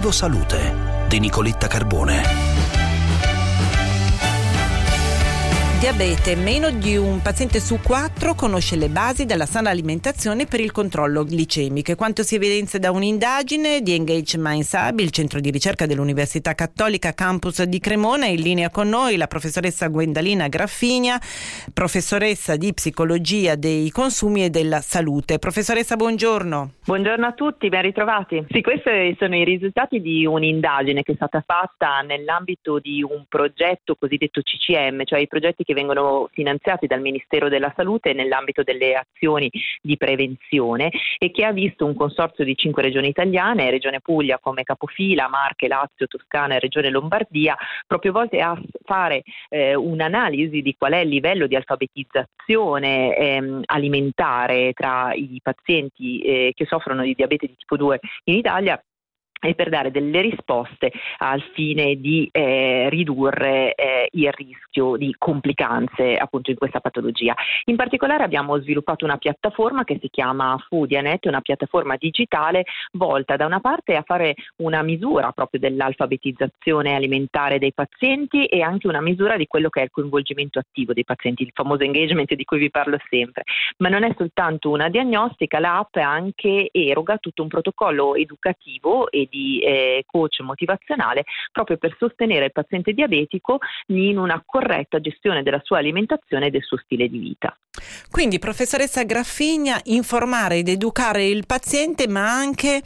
Obiettivo Salute di Nicoletta Carbone. Diabete. Meno di un paziente su 4 conosce le basi della sana alimentazione per il controllo glicemico. Quanto si evidenzia da un'indagine di Engage Minds Hub, il centro di ricerca dell'Università Cattolica Campus di Cremona. In linea con noi la professoressa Gwendalina Graffigna, professoressa di psicologia dei consumi e della salute. Professoressa, buongiorno. Buongiorno a tutti, ben ritrovati. Sì, questi sono i risultati di un'indagine che è stata fatta nell'ambito di un progetto cosiddetto CCM, cioè i progetti che vengono finanziati dal Ministero della Salute nell'ambito delle azioni di prevenzione, e che ha visto un consorzio di 5 regioni italiane, Regione Puglia come capofila, Marche, Lazio, Toscana e Regione Lombardia, proprio volte a fare un'analisi di qual è il livello di alfabetizzazione alimentare tra i pazienti che soffrono di diabete di tipo 2 in Italia, e per dare delle risposte al fine di ridurre il rischio di complicanze appunto in questa patologia. In particolare abbiamo sviluppato una piattaforma che si chiama Foodianet, una piattaforma digitale volta da una parte a fare una misura proprio dell'alfabetizzazione alimentare dei pazienti e anche una misura di quello che è il coinvolgimento attivo dei pazienti, il famoso engagement di cui vi parlo sempre. Ma non è soltanto una diagnostica, l'app anche eroga tutto un protocollo educativo e di coach motivazionale proprio per sostenere il paziente diabetico in una corretta gestione della sua alimentazione e del suo stile di vita. Quindi, professoressa Graffigna, informare ed educare il paziente, ma anche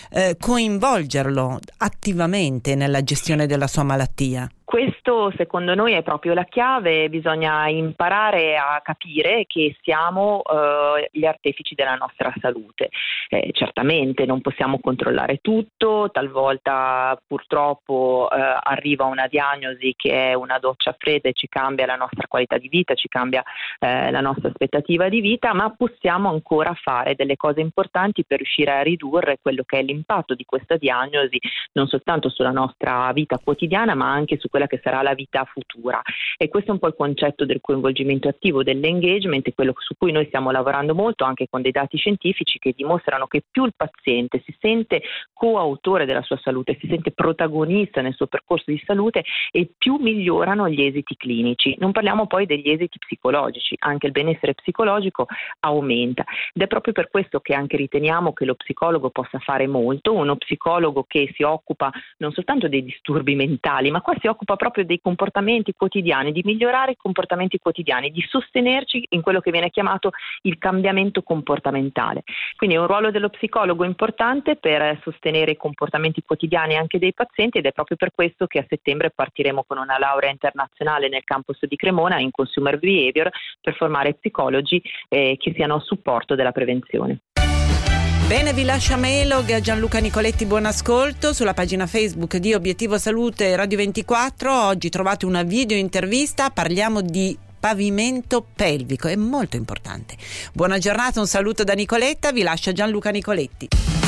coinvolgerlo attivamente nella gestione della sua malattia. Questo secondo noi è proprio la chiave. Bisogna imparare a capire che siamo gli artefici della nostra salute. Certamente non possiamo controllare tutto, talvolta purtroppo arriva una diagnosi che è una doccia fredda e ci cambia la nostra qualità di vita, ci cambia la nostra aspettativa di vita, ma possiamo ancora fare delle cose importanti per riuscire a ridurre quello che è l'impatto di questa diagnosi, non soltanto sulla nostra vita quotidiana, ma anche su quella che sarà la vita futura. E questo è un po' il concetto del coinvolgimento attivo, dell'engagement, e quello su cui noi stiamo lavorando molto anche con dei dati scientifici che dimostrano che più il paziente si sente coautore della sua salute, si sente protagonista nel suo percorso di salute, e più migliorano gli esiti clinici. Non parliamo poi degli esiti psicologici, anche il benessere psicologico aumenta, ed è proprio per questo che anche riteniamo che lo psicologo possa fare molto, uno psicologo che si occupa non soltanto dei disturbi mentali, ma qua si occupa proprio dei comportamenti quotidiani, di migliorare i comportamenti quotidiani, di sostenerci in quello che viene chiamato il cambiamento comportamentale. Quindi è un ruolo dello psicologo importante per sostenere i comportamenti quotidiani anche dei pazienti, ed è proprio per questo che a settembre partiremo con una laurea internazionale nel campus di Cremona in Consumer Behavior per formare psicologi che siano a supporto della prevenzione. Bene, vi lascio a Melog, a Gianluca Nicoletti, buon ascolto. Sulla pagina Facebook di Obiettivo Salute Radio 24 oggi trovate una video intervista, parliamo di pavimento pelvico, è molto importante. Buona giornata, un saluto da Nicoletta, vi lascio a Gianluca Nicoletti.